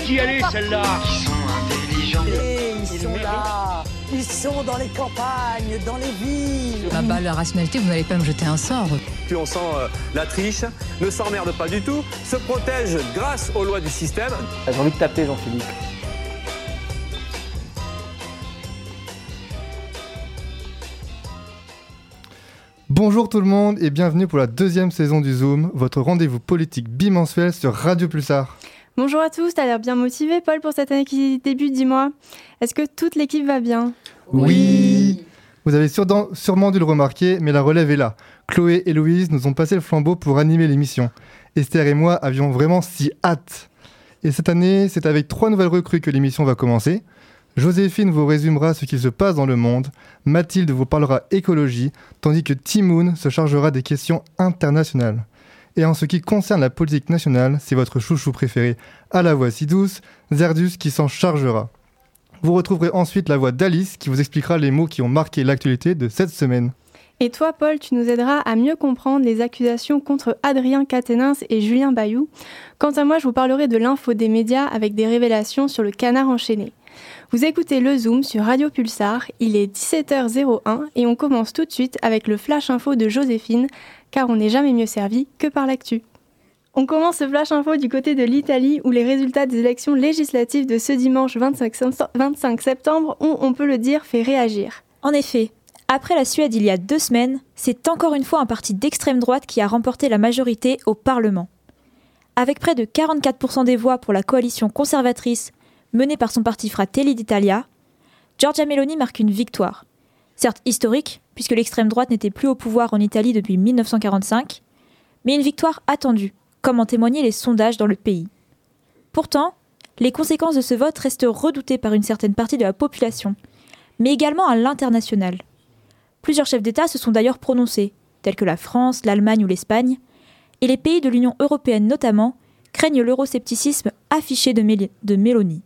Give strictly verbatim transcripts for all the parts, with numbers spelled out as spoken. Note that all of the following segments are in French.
y aller, celle-là. Ils sont intelligents. Et ils sont là. Ils sont dans les campagnes, dans les villes. Ah bah, la rationalité, vous n'allez pas me jeter un sort. Puis on sent euh, la triche, ne s'emmerde pas du tout, se protège grâce aux lois du système. J'ai envie de taper Jean-Philippe. Bonjour tout le monde et bienvenue pour la deuxième saison du Zoom, votre rendez-vous politique bimensuel sur Radio Pulsar. Bonjour à tous, t'as l'air bien motivé Paul pour cette année qui débute, dis-moi. Est-ce que toute l'équipe va bien ? Oui. Vous avez sûrement, sûrement dû le remarquer, mais la relève est là. Chloé et Louise nous ont passé le flambeau pour animer l'émission. Esther et moi avions vraiment si hâte. Et cette année, c'est avec trois nouvelles recrues que l'émission va commencer. Joséphine vous résumera ce qui se passe dans le monde, Mathilde vous parlera écologie, tandis que Timoun se chargera des questions internationales. Et en ce qui concerne la politique nationale, c'est votre chouchou préféré, à la voix si douce, Zerdus qui s'en chargera. Vous retrouverez ensuite la voix d'Alice qui vous expliquera les mots qui ont marqué l'actualité de cette semaine. Et toi Paul, tu nous aideras à mieux comprendre les accusations contre Adrien Quatennens et Julien Bayou. Quant à moi, je vous parlerai de l'info des médias avec des révélations sur le canard enchaîné. Vous écoutez le Zoom sur Radio Pulsar, il est dix-sept heures zéro un et on commence tout de suite avec le flash info de Joséphine, car on n'est jamais mieux servi que par l'actu. On commence ce flash info du côté de l'Italie où les résultats des élections législatives de ce dimanche vingt-cinq septembre ont, on peut le dire, fait réagir. En effet, après la Suède il y a deux semaines, c'est encore une fois un parti d'extrême droite qui a remporté la majorité au Parlement. Avec près de quarante-quatre pour cent des voix pour la coalition conservatrice menée par son parti Fratelli d'Italia, Giorgia Meloni marque une victoire. Certes historique, puisque l'extrême droite n'était plus au pouvoir en Italie depuis dix-neuf cent quarante-cinq, mais une victoire attendue, comme en témoignaient les sondages dans le pays. Pourtant, les conséquences de ce vote restent redoutées par une certaine partie de la population, mais également à l'international. Plusieurs chefs d'État se sont d'ailleurs prononcés, tels que la France, l'Allemagne ou l'Espagne, et les pays de l'Union européenne notamment craignent l'euroscepticisme affiché de, Mel- de Meloni.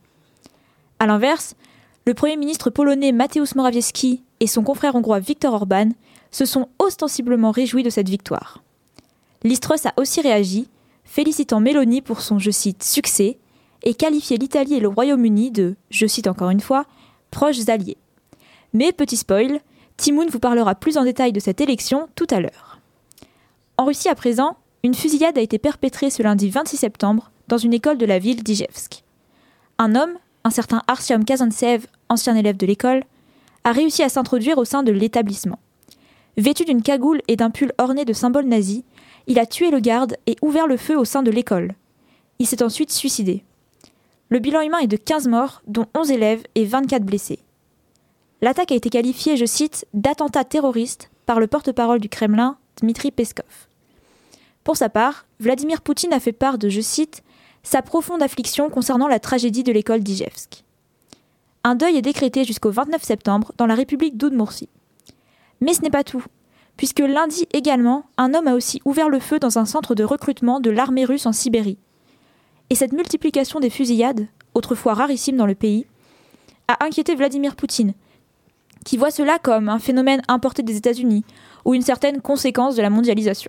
A l'inverse, le Premier ministre polonais Mateusz Morawiecki et son confrère hongrois Viktor Orban se sont ostensiblement réjouis de cette victoire. Liz Truss a aussi réagi, félicitant Meloni pour son, je cite, succès, et qualifié l'Italie et le Royaume-Uni de, je cite encore une fois, proches alliés. Mais, petit spoil, Timoun vous parlera plus en détail de cette élection tout à l'heure. En Russie à présent, une fusillade a été perpétrée ce lundi vingt-six septembre dans une école de la ville d'Ijevsk. Un homme, un certain Artyom Kazantsev, ancien élève de l'école, a réussi à s'introduire au sein de l'établissement. Vêtu d'une cagoule et d'un pull orné de symboles nazis, il a tué le garde et ouvert le feu au sein de l'école. Il s'est ensuite suicidé. Le bilan humain est de quinze morts, dont onze élèves et vingt-quatre blessés. L'attaque a été qualifiée, je cite, d'attentat terroriste par le porte-parole du Kremlin, Dmitri Peskov. Pour sa part, Vladimir Poutine a fait part de, je cite, sa profonde affliction concernant la tragédie de l'école d'Ijevsk. Un deuil est décrété jusqu'au vingt-neuf septembre dans la République d'Oudmourtie. Mais ce n'est pas tout, puisque lundi également, un homme a aussi ouvert le feu dans un centre de recrutement de l'armée russe en Sibérie. Et cette multiplication des fusillades, autrefois rarissime dans le pays, a inquiété Vladimir Poutine, qui voit cela comme un phénomène importé des États-Unis ou une certaine conséquence de la mondialisation.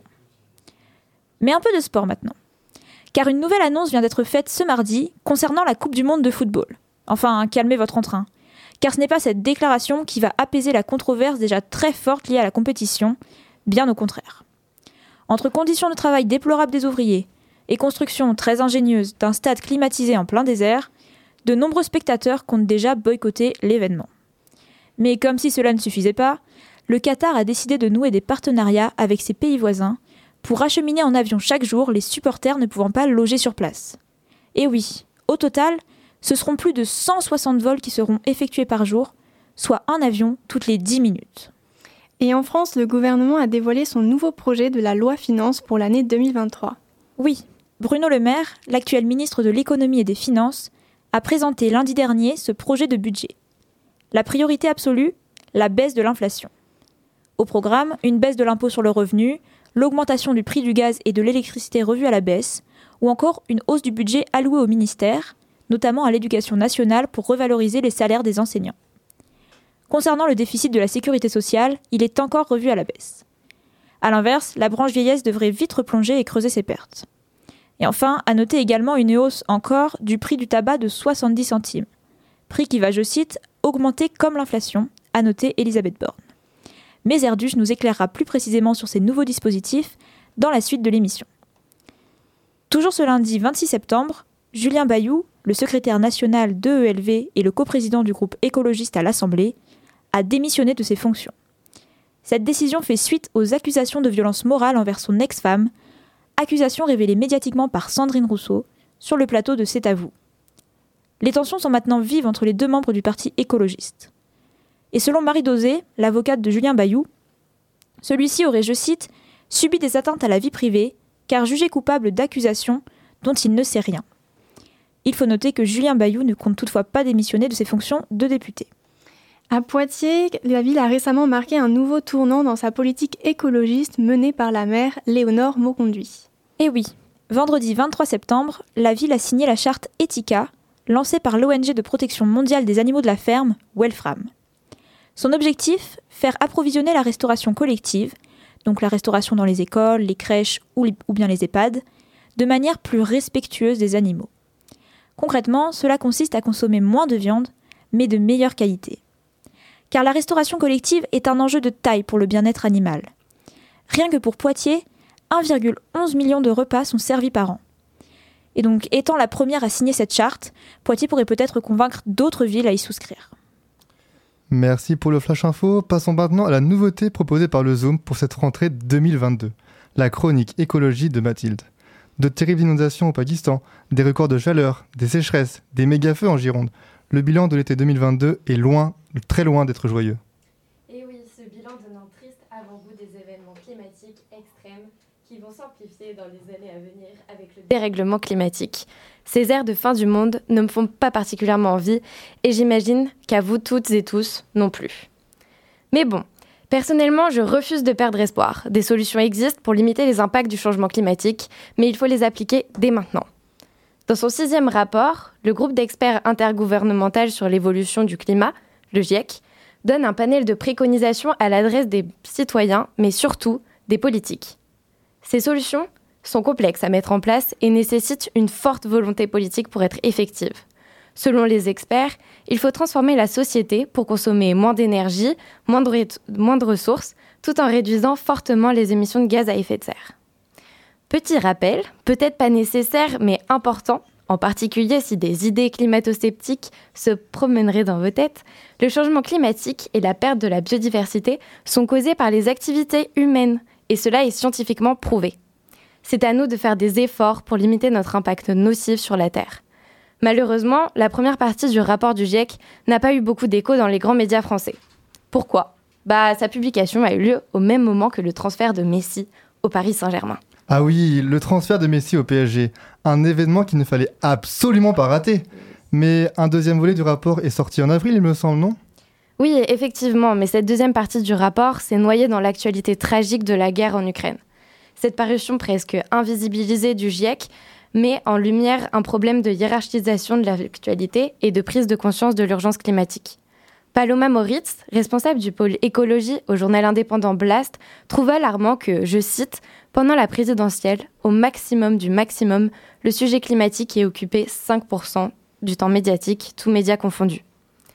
Mais un peu de sport maintenant. Car une nouvelle annonce vient d'être faite ce mardi concernant la Coupe du Monde de football. Enfin, calmez votre entrain. Car ce n'est pas cette déclaration qui va apaiser la controverse déjà très forte liée à la compétition, bien au contraire. Entre conditions de travail déplorables des ouvriers et construction très ingénieuse d'un stade climatisé en plein désert, de nombreux spectateurs comptent déjà boycotter l'événement. Mais comme si cela ne suffisait pas, le Qatar a décidé de nouer des partenariats avec ses pays voisins pour acheminer en avion chaque jour les supporters ne pouvant pas loger sur place. Et oui, au total, ce seront plus de cent soixante vols qui seront effectués par jour, soit un avion toutes les dix minutes. Et en France, le gouvernement a dévoilé son nouveau projet de la loi finance pour l'année deux mille vingt-trois. Oui, Bruno Le Maire, l'actuel ministre de l'économie et des finances, a présenté lundi dernier ce projet de budget. La priorité absolue, la baisse de l'inflation. Au programme, une baisse de l'impôt sur le revenu, l'augmentation du prix du gaz et de l'électricité revue à la baisse, ou encore une hausse du budget alloué au ministère, notamment à l'éducation nationale pour revaloriser les salaires des enseignants. Concernant le déficit de la sécurité sociale, il est encore revu à la baisse. A l'inverse, la branche vieillesse devrait vite replonger et creuser ses pertes. Et enfin, à noter également une hausse encore du prix du tabac de soixante-dix centimes. Prix qui va, je cite, augmenter comme l'inflation, a noté Elisabeth Borne. Mais Erdutch nous éclairera plus précisément sur ces nouveaux dispositifs dans la suite de l'émission. Toujours ce lundi vingt-six septembre, Julien Bayou, le secrétaire national de E L V et le coprésident du groupe écologiste à l'Assemblée, a démissionné de ses fonctions. Cette décision fait suite aux accusations de violence morale envers son ex-femme, accusations révélées médiatiquement par Sandrine Rousseau sur le plateau de C'est à vous. Les tensions sont maintenant vives entre les deux membres du parti écologiste. Et selon Marie Dosé, l'avocate de Julien Bayou, celui-ci aurait, je cite, « subi des atteintes à la vie privée, car jugé coupable d'accusations dont il ne sait rien ». Il faut noter que Julien Bayou ne compte toutefois pas démissionner de ses fonctions de député. À Poitiers, la ville a récemment marqué un nouveau tournant dans sa politique écologiste menée par la maire Léonore Mauconduit. Et oui, vendredi vingt-trois septembre, la ville a signé la charte Etika, lancée par l'O N G de protection mondiale des animaux de la ferme, Wellfram. Son objectif, faire approvisionner la restauration collective, donc la restauration dans les écoles, les crèches ou, les, ou bien les EHPAD, de manière plus respectueuse des animaux. Concrètement, cela consiste à consommer moins de viande, mais de meilleure qualité. Car la restauration collective est un enjeu de taille pour le bien-être animal. Rien que pour Poitiers, un virgule onze million de repas sont servis par an. Et donc, étant la première à signer cette charte, Poitiers pourrait peut-être convaincre d'autres villes à y souscrire. Merci pour le Flash Info. Passons maintenant à la nouveauté proposée par le Zoom pour cette rentrée deux mille vingt-deux. La chronique écologie de Mathilde. De terribles inondations au Pakistan, des records de chaleur, des sécheresses, des méga-feux en Gironde. Le bilan de l'été deux mille vingt-deux est loin, très loin d'être joyeux. Et oui, ce bilan donne un triste avant-goût des événements climatiques extrêmes qui vont s'amplifier dans les années à venir avec le dérèglement climatique. Ces ères de fin du monde ne me font pas particulièrement envie et j'imagine qu'à vous toutes et tous non plus. Mais bon, personnellement, je refuse de perdre espoir. Des solutions existent pour limiter les impacts du changement climatique, mais il faut les appliquer dès maintenant. Dans son sixième rapport, le groupe d'experts intergouvernemental sur l'évolution du climat, le GIEC, donne un panel de préconisations à l'adresse des citoyens, mais surtout des politiques. Ces solutions sont complexes à mettre en place et nécessitent une forte volonté politique pour être effectives. Selon les experts, il faut transformer la société pour consommer moins d'énergie, moins de, moins de ressources, tout en réduisant fortement les émissions de gaz à effet de serre. Petit rappel, peut-être pas nécessaire, mais important, en particulier si des idées climato-sceptiques se promèneraient dans vos têtes, le changement climatique et la perte de la biodiversité sont causés par les activités humaines, et cela est scientifiquement prouvé. C'est à nous de faire des efforts pour limiter notre impact nocif sur la Terre. Malheureusement, la première partie du rapport du GIEC n'a pas eu beaucoup d'écho dans les grands médias français. Pourquoi ? Bah, sa publication a eu lieu au même moment que le transfert de Messi au Paris Saint-Germain. Ah oui, le transfert de Messi au P S G, un événement qu'il ne fallait absolument pas rater. Mais un deuxième volet du rapport est sorti en avril, il me semble, non ? Oui, effectivement, mais cette deuxième partie du rapport s'est noyée dans l'actualité tragique de la guerre en Ukraine. Cette parution presque invisibilisée du GIEC met en lumière un problème de hiérarchisation de l'actualité et de prise de conscience de l'urgence climatique. Paloma Moritz, responsable du pôle écologie au journal indépendant Blast, trouve alarmant que, je cite, « Pendant la présidentielle, au maximum du maximum, le sujet climatique ait occupé cinq pour cent du temps médiatique, tous médias confondus. »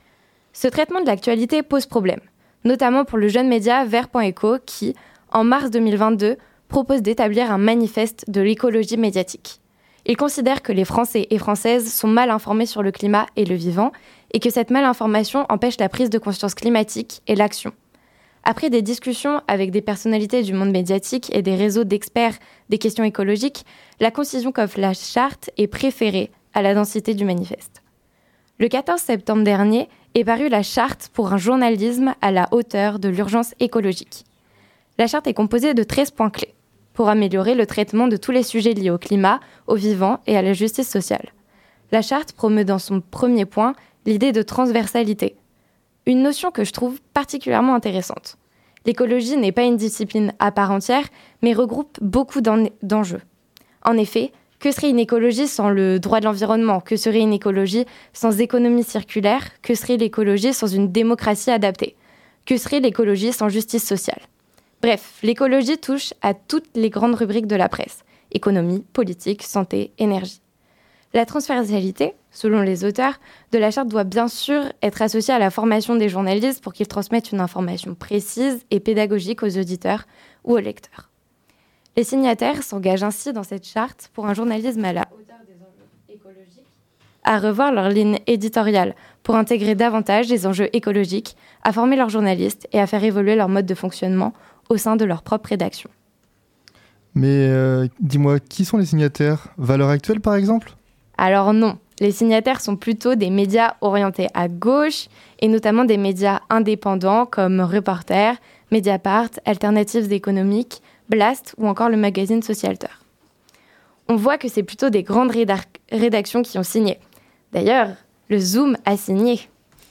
Ce traitement de l'actualité pose problème, notamment pour le jeune média Vert.eco qui, en mars deux mille vingt-deux, propose d'établir un manifeste de l'écologie médiatique. Il considère que les Français et Françaises sont mal informés sur le climat et le vivant et que cette malinformation empêche la prise de conscience climatique et l'action. Après des discussions avec des personnalités du monde médiatique et des réseaux d'experts des questions écologiques, la concision qu'offre la charte est préférée à la densité du manifeste. Le quatorze septembre dernier est parue la charte pour un journalisme à la hauteur de l'urgence écologique. La charte est composée de treize points clés pour améliorer le traitement de tous les sujets liés au climat, au vivant et à la justice sociale. La charte promeut dans son premier point l'idée de transversalité, une notion que je trouve particulièrement intéressante. L'écologie n'est pas une discipline à part entière, mais regroupe beaucoup d'enjeux. En effet, que serait une écologie sans le droit de l'environnement ? Que serait une écologie sans économie circulaire ? Que serait l'écologie sans une démocratie adaptée ? Que serait l'écologie sans justice sociale ? Bref, l'écologie touche à toutes les grandes rubriques de la presse. Économie, politique, santé, énergie. La transversalité, selon les auteurs, de la charte doit bien sûr être associée à la formation des journalistes pour qu'ils transmettent une information précise et pédagogique aux auditeurs ou aux lecteurs. Les signataires s'engagent ainsi dans cette charte pour un journalisme à la hauteur des enjeux écologiques, à revoir leur ligne éditoriale pour intégrer davantage les enjeux écologiques, à former leurs journalistes et à faire évoluer leur mode de fonctionnement au sein de leur propre rédaction. Mais euh, dis-moi, qui sont les signataires ? Valeurs Actuelles, par exemple ? Alors non, les signataires sont plutôt des médias orientés à gauche, et notamment des médias indépendants comme Reporter, Mediapart, Alternatives économiques, Blast ou encore le magazine Socialteur. On voit que c'est plutôt des grandes rédac- rédactions qui ont signé. D'ailleurs, le Zoom a signé.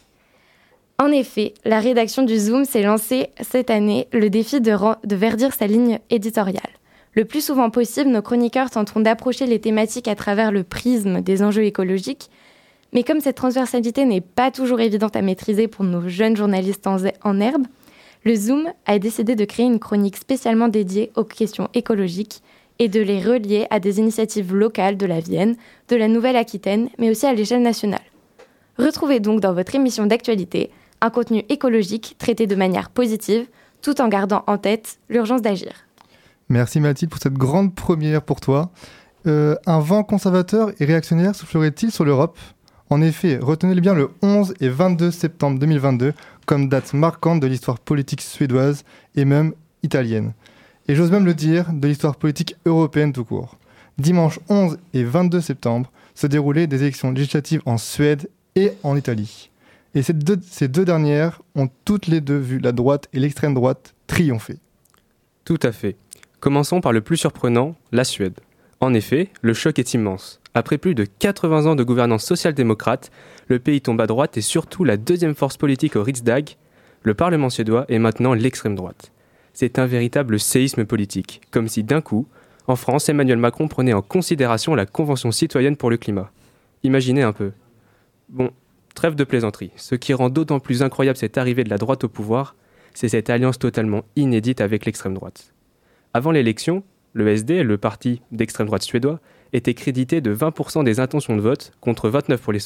En effet, la rédaction du Zoom s'est lancée cette année le défi de, ren- de verdir sa ligne éditoriale. Le plus souvent possible, nos chroniqueurs tenteront d'approcher les thématiques à travers le prisme des enjeux écologiques. Mais comme cette transversalité n'est pas toujours évidente à maîtriser pour nos jeunes journalistes en, en herbe, le Zoom a décidé de créer une chronique spécialement dédiée aux questions écologiques et de les relier à des initiatives locales de la Vienne, de la Nouvelle-Aquitaine, mais aussi à l'échelle nationale. Retrouvez donc dans votre émission d'actualité un contenu écologique traité de manière positive, tout en gardant en tête l'urgence d'agir. Merci Mathilde pour cette grande première pour toi. Euh, un vent conservateur et réactionnaire soufflerait-il sur l'Europe ? En effet, retenez bien le onze et vingt-deux septembre deux mille vingt-deux comme date marquante de l'histoire politique suédoise et même italienne. Et j'ose même le dire, de l'histoire politique européenne tout court. Dimanche onze et vingt-deux septembre se déroulaient des élections législatives en Suède et en Italie. Et ces deux, ces deux dernières ont toutes les deux vu la droite et l'extrême droite triompher. Tout à fait. Commençons par le plus surprenant, la Suède. En effet, le choc est immense. Après plus de quatre-vingts ans de gouvernance social-démocrate, le pays tombe à droite et surtout la deuxième force politique au Riksdag, le Parlement suédois, est maintenant l'extrême droite. C'est un véritable séisme politique, comme si d'un coup, en France, Emmanuel Macron prenait en considération la Convention citoyenne pour le climat. Imaginez un peu. Bon, trêve de plaisanterie. Ce qui rend d'autant plus incroyable cette arrivée de la droite au pouvoir, c'est cette alliance totalement inédite avec l'extrême droite. Avant l'élection, le S D, le parti d'extrême droite suédois, était crédité de vingt pour cent des intentions de vote, contre vingt-neuf pour les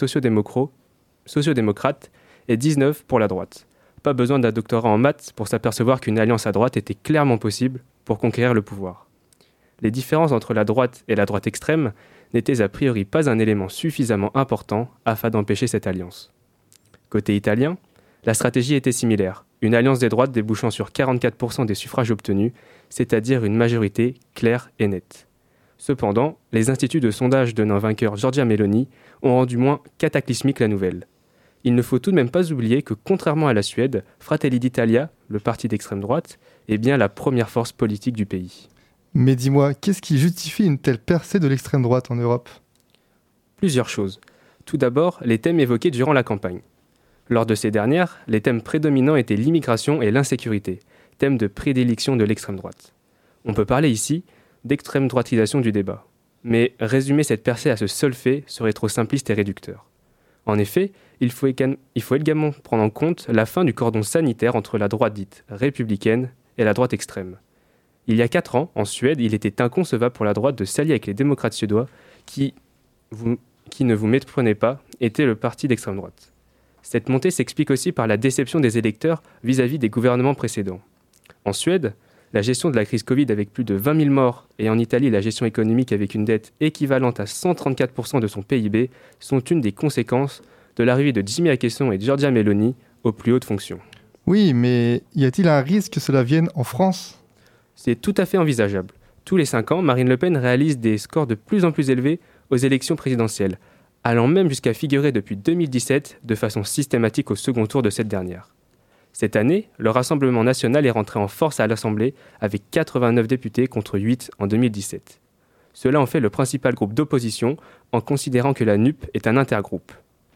sociodémocrates et dix-neuf pour la droite. Pas besoin d'un doctorat en maths pour s'apercevoir qu'une alliance à droite était clairement possible pour conquérir le pouvoir. Les différences entre la droite et la droite extrême n'étaient a priori pas un élément suffisamment important afin d'empêcher cette alliance. Côté italien, la stratégie était similaire, une alliance des droites débouchant sur quarante-quatre pour cent des suffrages obtenus, c'est-à-dire une majorité claire et nette. Cependant, les instituts de sondage donnant vainqueur Giorgia Meloni ont rendu moins cataclysmique la nouvelle. Il ne faut tout de même pas oublier que, contrairement à la Suède, Fratelli d'Italia, le parti d'extrême droite, est bien la première force politique du pays. Mais dis-moi, qu'est-ce qui justifie une telle percée de l'extrême droite en Europe ? Plusieurs choses. Tout d'abord, les thèmes évoqués durant la campagne. Lors de ces dernières, les thèmes prédominants étaient l'immigration et l'insécurité, thèmes de prédilection de l'extrême droite. On peut parler ici d'extrême droitisation du débat. Mais résumer cette percée à ce seul fait serait trop simpliste et réducteur. En effet, il faut, éga- il faut également prendre en compte la fin du cordon sanitaire entre la droite dite républicaine et la droite extrême. Il y a quatre ans, en Suède, il était inconcevable pour la droite de s'allier avec les démocrates suédois qui, vous, qui ne vous méprenaient pas, étaient le parti d'extrême droite. Cette montée s'explique aussi par la déception des électeurs vis-à-vis des gouvernements précédents. En Suède, la gestion de la crise Covid avec plus de vingt mille morts et en Italie la gestion économique avec une dette équivalente à cent trente-quatre pour cent de son P I B sont une des conséquences de l'arrivée de Jimmy Åkesson et Giorgia Meloni aux plus hautes fonctions. Oui, mais y a-t-il un risque que cela vienne en France ? C'est tout à fait envisageable. Tous les cinq ans, Marine Le Pen réalise des scores de plus en plus élevés aux élections présidentielles, allant même jusqu'à figurer depuis deux mille dix-sept de façon systématique au second tour de cette dernière. Cette année, le Rassemblement national est rentré en force à l'Assemblée avec quatre-vingt-neuf députés contre huit en deux mille dix-sept. Cela en fait le principal groupe d'opposition en considérant que la N U P est un intergroupe.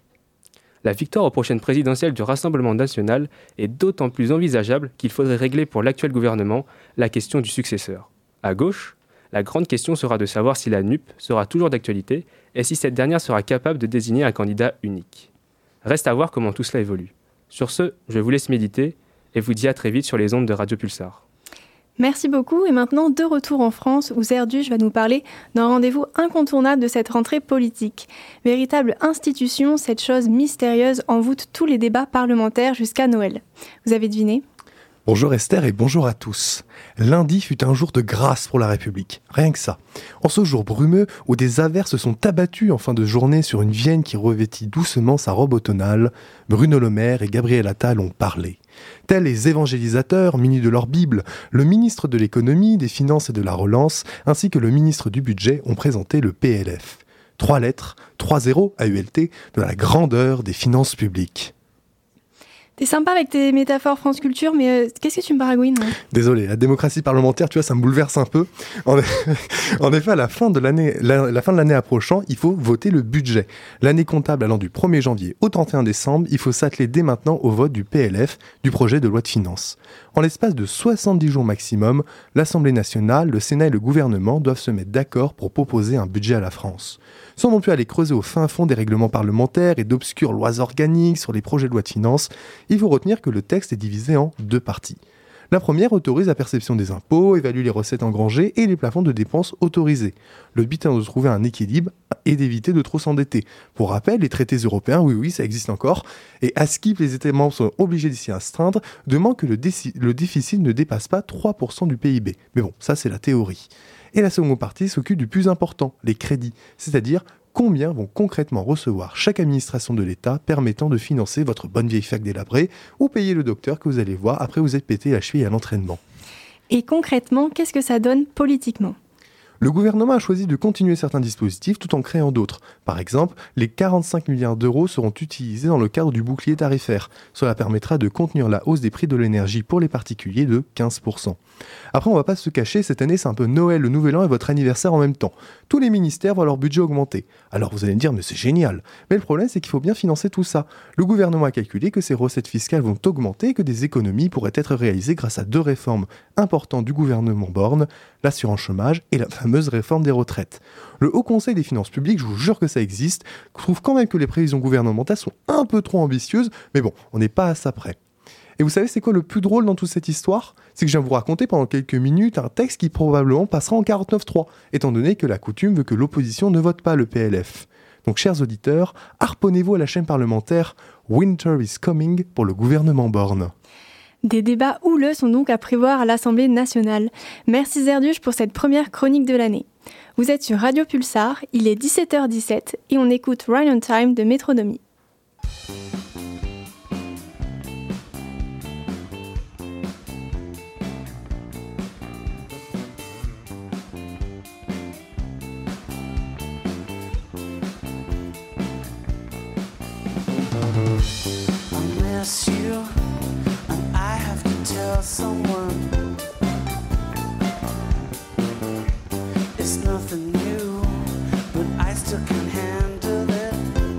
La victoire aux prochaines présidentielles du Rassemblement national est d'autant plus envisageable qu'il faudrait régler pour l'actuel gouvernement la question du successeur. À gauche, la grande question sera de savoir si la N U P sera toujours d'actualité et si cette dernière sera capable de désigner un candidat unique. Reste à voir comment tout cela évolue. Sur ce, je vous laisse méditer et vous dis à très vite sur les ondes de Radio Pulsar. Merci beaucoup et maintenant de retour en France où Zerduche va nous parler d'un rendez-vous incontournable de cette rentrée politique. Véritable institution, cette chose mystérieuse envoûte tous les débats parlementaires jusqu'à Noël. Vous avez deviné ? Bonjour Esther et bonjour à tous. Lundi fut un jour de grâce pour la République, rien que ça. En ce jour brumeux où des averses se sont abattues en fin de journée sur une Vienne qui revêtit doucement sa robe automnale, Bruno Le Maire et Gabriel Attal ont parlé. Tels les évangélisateurs munis de leur Bible, le ministre de l'économie, des finances et de la relance, ainsi que le ministre du budget ont présenté le P L F. Trois lettres, trois zéros A U L T, de la grandeur des finances publiques. T'es sympa avec tes métaphores France Culture, mais euh, qu'est-ce que tu me baragouines ? hein Désolé, la démocratie parlementaire, tu vois, ça me bouleverse un peu. En, en effet, à la fin de l'année, la, la fin de l'année approchant, il faut voter le budget. L'année comptable allant du premier janvier au trente et un décembre, il faut s'atteler dès maintenant au vote du P L F, du projet de loi de finances. En l'espace de soixante-dix jours maximum, l'Assemblée nationale, le Sénat et le gouvernement doivent se mettre d'accord pour proposer un budget à la France. Sans non plus aller creuser au fin fond des règlements parlementaires et d'obscures lois organiques sur les projets de loi de finances, il faut retenir que le texte est divisé en deux parties. La première autorise la perception des impôts, évalue les recettes engrangées et les plafonds de dépenses autorisés. Le but est de trouver un équilibre et d'éviter de trop s'endetter. Pour rappel, les traités européens, oui oui, ça existe encore, et à ce qu'il les États membres sont obligés d'y s'y astreindre, demandent que le, déci- le déficit ne dépasse pas trois pour cent du P I B. Mais bon, ça c'est la théorie. Et la seconde partie s'occupe du plus important, les crédits, c'est-à-dire combien vont concrètement recevoir chaque administration de l'État permettant de financer votre bonne vieille fac délabrée ou payer le docteur que vous allez voir après vous être pété la cheville à l'entraînement. Et concrètement, qu'est-ce que ça donne politiquement ? Le gouvernement a choisi de continuer certains dispositifs tout en créant d'autres. Par exemple, les quarante-cinq milliards d'euros seront utilisés dans le cadre du bouclier tarifaire. Cela permettra de contenir la hausse des prix de l'énergie pour les particuliers de quinze pour cent. Après, on ne va pas se cacher, cette année c'est un peu Noël, le Nouvel An et votre anniversaire en même temps. Tous les ministères voient leur budget augmenter. Alors vous allez me dire, mais c'est génial. Mais le problème, c'est qu'il faut bien financer tout ça. Le gouvernement a calculé que ces recettes fiscales vont augmenter et que des économies pourraient être réalisées grâce à deux réformes importantes du gouvernement Borne, l'assurance chômage et la fameuse réforme des retraites. Le Haut Conseil des finances publiques, je vous jure que ça existe, trouve quand même que les prévisions gouvernementales sont un peu trop ambitieuses, mais bon, on n'est pas à ça près. Et vous savez c'est quoi le plus drôle dans toute cette histoire ? C'est que je viens vous raconter pendant quelques minutes un texte qui probablement passera en quarante-neuf trois, étant donné que la coutume veut que l'opposition ne vote pas le P L F. Donc chers auditeurs, harponnez-vous à la chaîne parlementaire Winter is Coming pour le gouvernement Borne. Des débats houleux sont donc à prévoir à l'Assemblée nationale. Merci Zerduche pour cette première chronique de l'année. Vous êtes sur Radio Pulsar, il est dix-sept heures dix-sept et on écoute Right on Time de Métronomie. I miss you, and I have to tell someone it's nothing new, but I still can't handle it.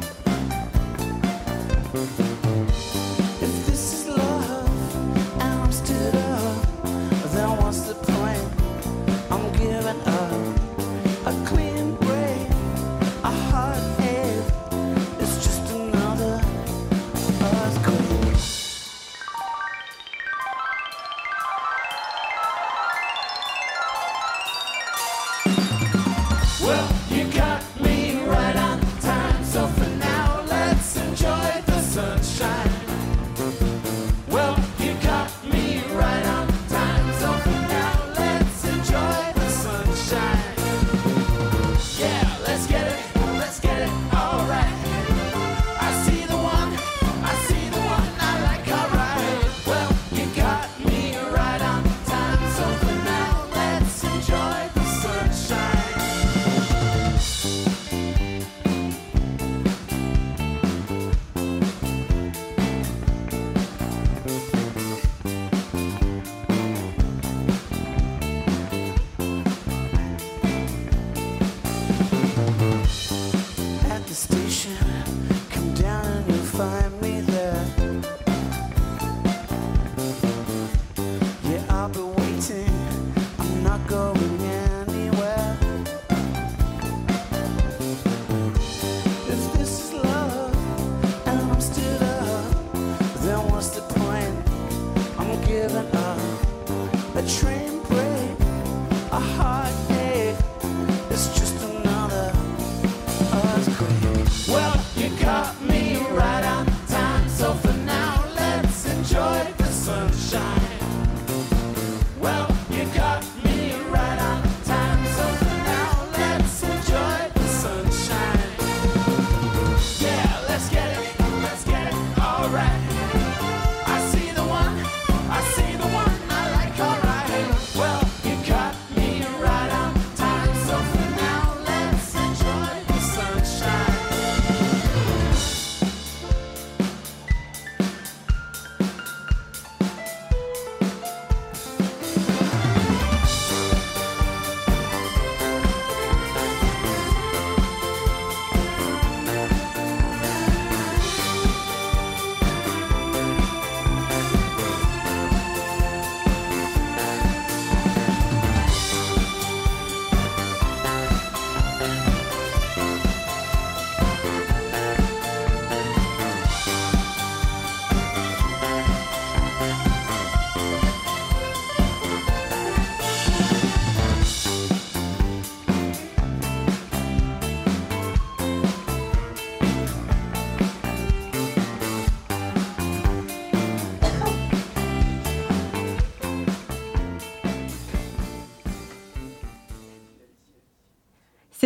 If this is love and I'm stood up, then what's the point? I'm giving up. A clean break, a heartache, it's just another earthquake.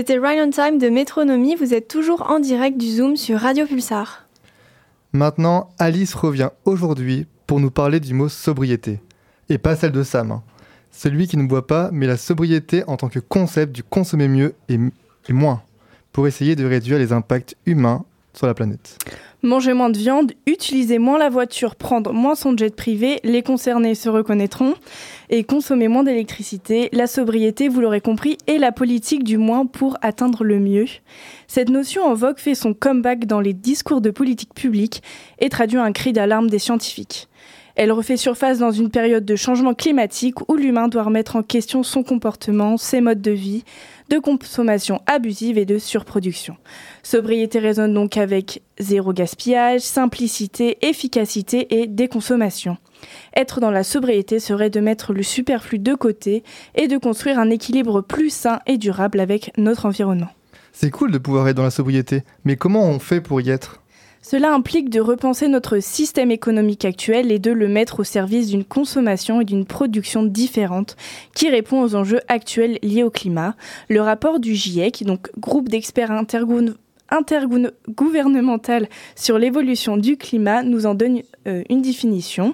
C'était Right on Time de Métronomie. Vous êtes toujours en direct du Zoom sur Radio Pulsar. Maintenant, Alice revient aujourd'hui pour nous parler du mot sobriété. Et pas celle de Sam. hein. Celui qui ne boit pas, mais la sobriété en tant que concept du consommer mieux et, m- et moins, pour essayer de réduire les impacts humains sur la planète. Manger moins de viande, utiliser moins la voiture, prendre moins son jet privé, les concernés se reconnaîtront, et consommer moins d'électricité. La sobriété, vous l'aurez compris, est la politique du moins pour atteindre le mieux. Cette notion en vogue fait son comeback dans les discours de politique publique et traduit un cri d'alarme des scientifiques. Elle refait surface dans une période de changement climatique où l'humain doit remettre en question son comportement, ses modes de vie, de consommation abusive et de surproduction. Sobriété résonne donc avec zéro gaspillage, simplicité, efficacité et déconsommation. Être dans la sobriété serait de mettre le superflu de côté et de construire un équilibre plus sain et durable avec notre environnement. C'est cool de pouvoir être dans la sobriété, mais comment on fait pour y être ? Cela implique de repenser notre système économique actuel et de le mettre au service d'une consommation et d'une production différentes qui répond aux enjeux actuels liés au climat. Le rapport du GIEC, donc groupe d'experts intergouvernementaux intergouvernemental sur l'évolution du climat, nous en donne euh, une définition.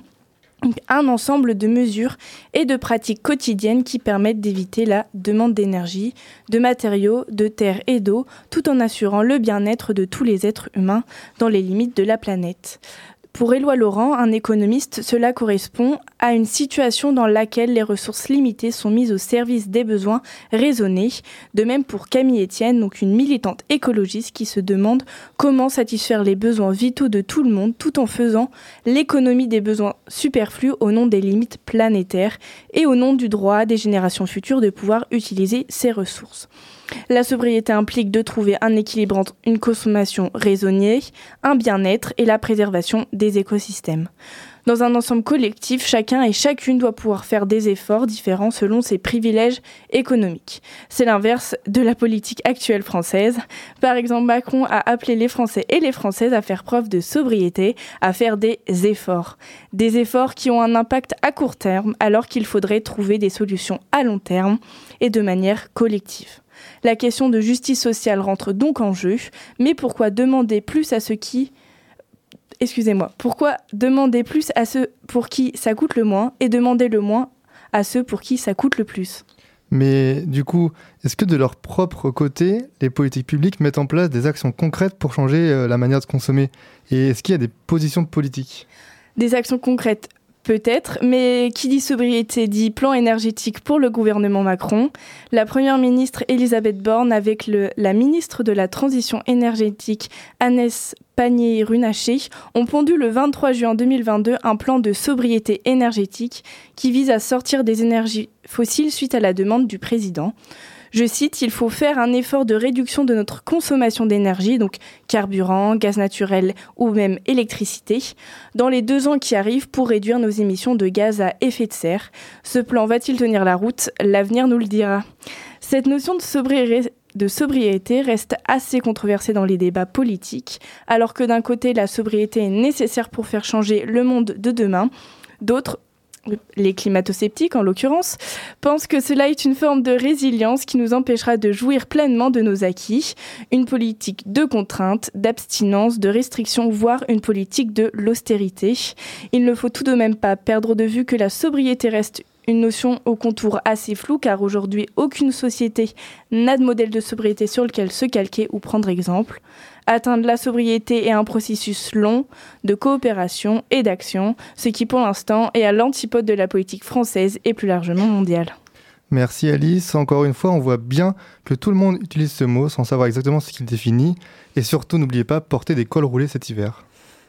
Un ensemble de mesures et de pratiques quotidiennes qui permettent d'éviter la demande d'énergie, de matériaux, de terre et d'eau, tout en assurant le bien-être de tous les êtres humains dans les limites de la planète. Pour Éloi Laurent, un économiste, cela correspond à une situation dans laquelle les ressources limitées sont mises au service des besoins raisonnés. De même pour Camille Etienne, donc une militante écologiste qui se demande comment satisfaire les besoins vitaux de tout le monde tout en faisant l'économie des besoins superflus au nom des limites planétaires et au nom du droit des générations futures de pouvoir utiliser ces ressources. La sobriété implique de trouver un équilibre entre une consommation raisonnée, un bien-être et la préservation des écosystèmes. Dans un ensemble collectif, chacun et chacune doit pouvoir faire des efforts différents selon ses privilèges économiques. C'est l'inverse de la politique actuelle française. Par exemple, Macron a appelé les Français et les Françaises à faire preuve de sobriété, à faire des efforts. Des efforts qui ont un impact à court terme, alors qu'il faudrait trouver des solutions à long terme et de manière collective. La question de justice sociale rentre donc en jeu, mais pourquoi demander plus à ceux qui... Excusez-moi, pourquoi demander plus à ceux pour qui ça coûte le moins et demander le moins à ceux pour qui ça coûte le plus ? Mais du coup, est-ce que de leur propre côté, les politiques publiques mettent en place des actions concrètes pour changer euh, la manière de consommer ? Et est-ce qu'il y a des positions de politique ? Des actions concrètes ? Peut-être, mais qui dit sobriété dit plan énergétique pour le gouvernement Macron. La première ministre Elisabeth Borne avec le, la ministre de la Transition énergétique Agnès Pannier-Runacher ont pondu le vingt-trois juin deux mille vingt-deux un plan de sobriété énergétique qui vise à sortir des énergies fossiles suite à la demande du président. Je cite, « Il faut faire un effort de réduction de notre consommation d'énergie, donc carburant, gaz naturel ou même électricité, dans les deux ans qui arrivent pour réduire nos émissions de gaz à effet de serre. Ce plan va-t-il tenir la route ? L'avenir nous le dira. » Cette notion de sobriété de sobriété reste assez controversée dans les débats politiques, alors que d'un côté, la sobriété est nécessaire pour faire changer le monde de demain, d'autres, les climato-sceptiques en l'occurrence, pensent que cela est une forme de résilience qui nous empêchera de jouir pleinement de nos acquis, une politique de contrainte, d'abstinence, de restriction, voire une politique de l'austérité. Il ne faut tout de même pas perdre de vue que la sobriété reste une notion au contour assez flou, car aujourd'hui, aucune société n'a de modèle de sobriété sur lequel se calquer ou prendre exemple. Atteindre la sobriété est un processus long de coopération et d'action, ce qui pour l'instant est à l'antipode de la politique française et plus largement mondiale. Merci Alice. Encore une fois, on voit bien que tout le monde utilise ce mot sans savoir exactement ce qu'il définit. Et surtout, n'oubliez pas, porter des cols roulés cet hiver.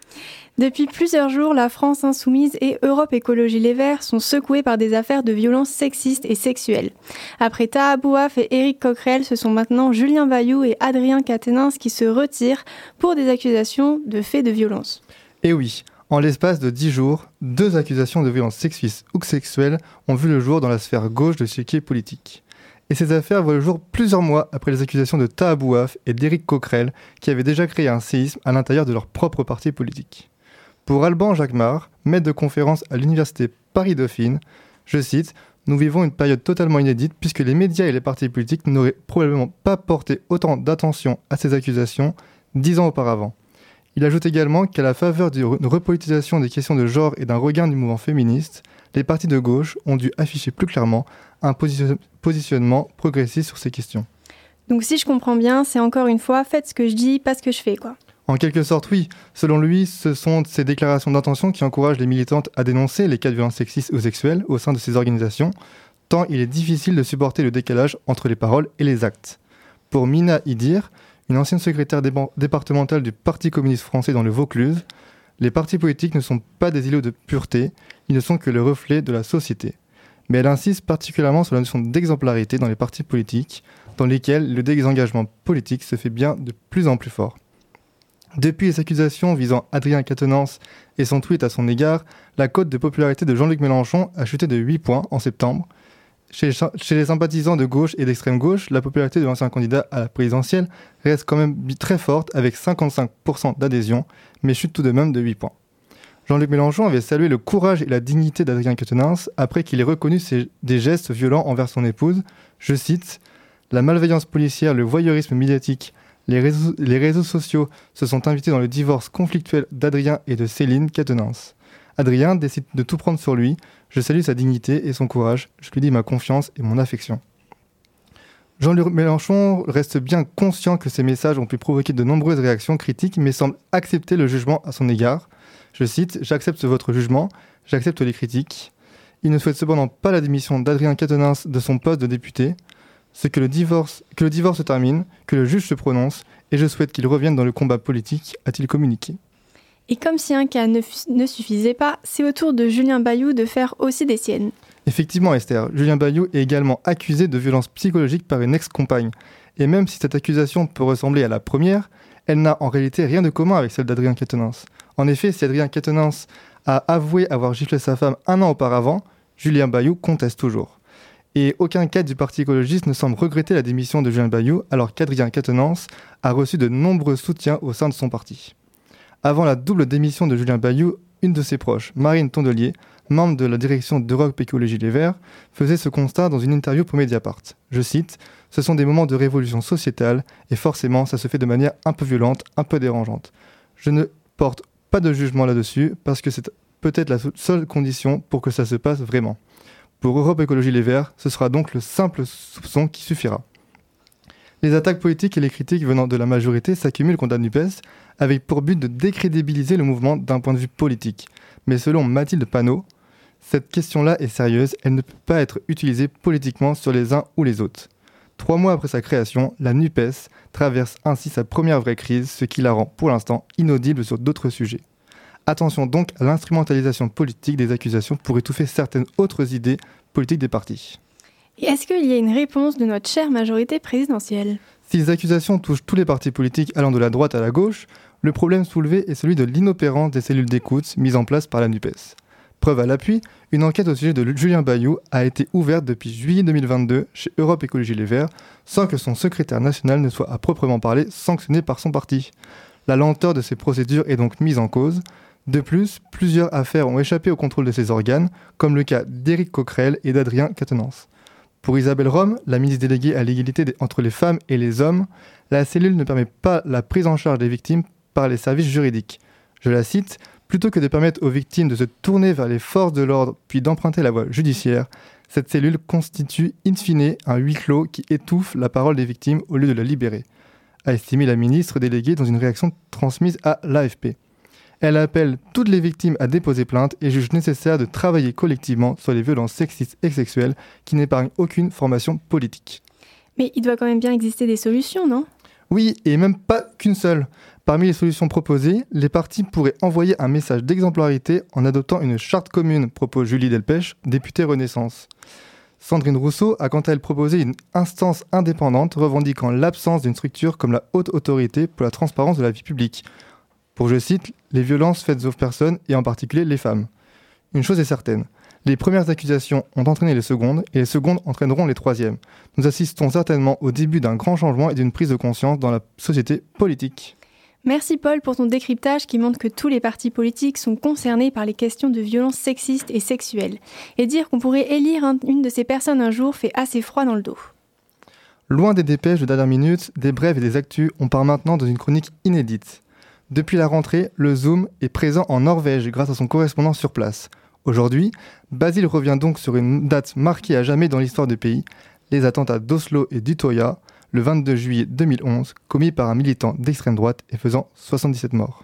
Depuis plusieurs jours, la France Insoumise et Europe Écologie Les Verts sont secoués par des affaires de violences sexistes et sexuelles. Après Taha Bouaf et Éric Coquerel, ce sont maintenant Julien Bayou et Adrien Quatennens qui se retirent pour des accusations de faits de violence. Et oui, en l'espace de dix jours, deux accusations de violences sexistes ou sexuelles ont vu le jour dans la sphère gauche de l'échiquier politique. Et ces affaires voient le jour plusieurs mois après les accusations de Taha Bouaf et d'Éric Coquerel qui avaient déjà créé un séisme à l'intérieur de leur propre parti politique. Pour Alban Jacquemart, maître de conférence à l'université Paris-Dauphine, je cite, « Nous vivons une période totalement inédite puisque les médias et les partis politiques n'auraient probablement pas porté autant d'attention à ces accusations dix ans auparavant. Il ajoute également qu'à la faveur d'une repolitisation des questions de genre et d'un regain du mouvement féministe, les partis de gauche ont dû afficher plus clairement un position- positionnement progressiste sur ces questions. Donc si je comprends bien, c'est encore une fois, faites ce que je dis, pas ce que je fais, quoi. En quelque sorte, oui. Selon lui, ce sont ces déclarations d'intention qui encouragent les militantes à dénoncer les cas de violences sexistes ou sexuelles au sein de ces organisations, tant il est difficile de supporter le décalage entre les paroles et les actes. Pour Mina Idir, une ancienne secrétaire déba- départementale du Parti communiste français dans le Vaucluse, les partis politiques ne sont pas des îlots de pureté, ils ne sont que le reflet de la société. Mais elle insiste particulièrement sur la notion d'exemplarité dans les partis politiques, dans lesquels le désengagement politique se fait bien de plus en plus fort. Depuis les accusations visant Adrien Quatennens et son tweet à son égard, la cote de popularité de Jean-Luc Mélenchon a chuté de huit points en septembre. Chez, chez les sympathisants de gauche et d'extrême gauche, la popularité de l'ancien candidat à la présidentielle reste quand même très forte avec cinquante-cinq pour cent d'adhésion, mais chute tout de même de huit points. Jean-Luc Mélenchon avait salué le courage et la dignité d'Adrien Quatennens après qu'il ait reconnu ses, des gestes violents envers son épouse. Je cite « La malveillance policière, le voyeurisme médiatique, les réseaux, les réseaux sociaux se sont invités dans le divorce conflictuel d'Adrien et de Céline Quatennens. Adrien décide de tout prendre sur lui. Je salue sa dignité et son courage. Je lui dis ma confiance et mon affection. » Jean-Luc Mélenchon reste bien conscient que ces messages ont pu provoquer de nombreuses réactions critiques, mais semble accepter le jugement à son égard. Je cite « J'accepte votre jugement, j'accepte les critiques. » Il ne souhaite cependant pas la démission d'Adrien Quatennens de son poste de député. C'est que le divorce, que le divorce se termine, que le juge se prononce, et je souhaite qu'il revienne dans le combat politique, a-t-il communiqué. Et comme si un cas ne, f- ne suffisait pas, c'est au tour de Julien Bayou de faire aussi des siennes. Effectivement, Esther, Julien Bayou est également accusé de violence psychologique par une ex-compagne. Et même si cette accusation peut ressembler à la première, elle n'a en réalité rien de commun avec celle d'Adrien Quatennens. En effet, si Adrien Quatennens a avoué avoir giflé sa femme un an auparavant, Julien Bayou conteste toujours. Et aucun cadre du Parti écologiste ne semble regretter la démission de Julien Bayou, alors qu'Adrien Quatennens a reçu de nombreux soutiens au sein de son parti. Avant la double démission de Julien Bayou, une de ses proches, Marine Tondelier, membre de la direction d'Europe Écologie Les Verts, faisait ce constat dans une interview pour Mediapart. Je cite « Ce sont des moments de révolution sociétale et forcément ça se fait de manière un peu violente, un peu dérangeante. Je ne porte pas de jugement là-dessus parce que c'est peut-être la seule condition pour que ça se passe vraiment. Pour Europe Écologie Les Verts, ce sera donc le simple soupçon qui suffira. » Les attaques politiques et les critiques venant de la majorité s'accumulent contre la NUPES avec pour but de décrédibiliser le mouvement d'un point de vue politique. Mais selon Mathilde Panot, cette question-là est sérieuse, elle ne peut pas être utilisée politiquement sur les uns ou les autres. Trois mois après sa création, la NUPES traverse ainsi sa première vraie crise, ce qui la rend pour l'instant inaudible sur d'autres sujets. Attention donc à l'instrumentalisation politique des accusations pour étouffer certaines autres idées politiques des partis. Et est-ce qu'il y a une réponse de notre chère majorité présidentielle ? Si les accusations touchent tous les partis politiques allant de la droite à la gauche, le problème soulevé est celui de l'inopérance des cellules d'écoute mises en place par la NUPES. Preuve à l'appui, une enquête au sujet de Julien Bayou a été ouverte depuis juillet deux mille vingt-deux chez Europe Écologie Les Verts, sans que son secrétaire national ne soit à proprement parler sanctionné par son parti. La lenteur de ces procédures est donc mise en cause. De plus, plusieurs affaires ont échappé au contrôle de ces organes, comme le cas d'Éric Coquerel et d'Adrien Quatennens. Pour Isabelle Rome, la ministre déléguée à l'égalité entre les femmes et les hommes, la cellule ne permet pas la prise en charge des victimes par les services juridiques. Je la cite, « Plutôt que de permettre aux victimes de se tourner vers les forces de l'ordre puis d'emprunter la voie judiciaire, cette cellule constitue in fine un huis clos qui étouffe la parole des victimes au lieu de la libérer », a estimé la ministre déléguée dans une réaction transmise à l'A F P. Elle appelle toutes les victimes à déposer plainte et juge nécessaire de travailler collectivement sur les violences sexistes et sexuelles qui n'épargnent aucune formation politique. Mais il doit quand même bien exister des solutions, non ? Oui, et même pas qu'une seule. Parmi les solutions proposées, les partis pourraient envoyer un message d'exemplarité en adoptant une charte commune, propose Julie Delpech, députée Renaissance. Sandrine Rousseau a quant à elle proposé une instance indépendante revendiquant l'absence d'une structure comme la Haute Autorité pour la transparence de la vie publique, pour, je cite, « les violences faites aux personnes et en particulier les femmes ». Une chose est certaine, les premières accusations ont entraîné les secondes et les secondes entraîneront les troisièmes. Nous assistons certainement au début d'un grand changement et d'une prise de conscience dans la société politique. Merci Paul pour ton décryptage qui montre que tous les partis politiques sont concernés par les questions de violences sexistes et sexuelles. Et dire qu'on pourrait élire un, une de ces personnes un jour fait assez froid dans le dos. Loin des dépêches de dernière minute, des brèves et des actus, on part maintenant dans une chronique inédite. Depuis la rentrée, le Zoom est présent en Norvège grâce à son correspondant sur place. Aujourd'hui, Basile revient donc sur une date marquée à jamais dans l'histoire du pays, les attentats d'Oslo et d'Utøya, le vingt-deux juillet deux mille onze, commis par un militant d'extrême droite et faisant soixante-dix-sept morts.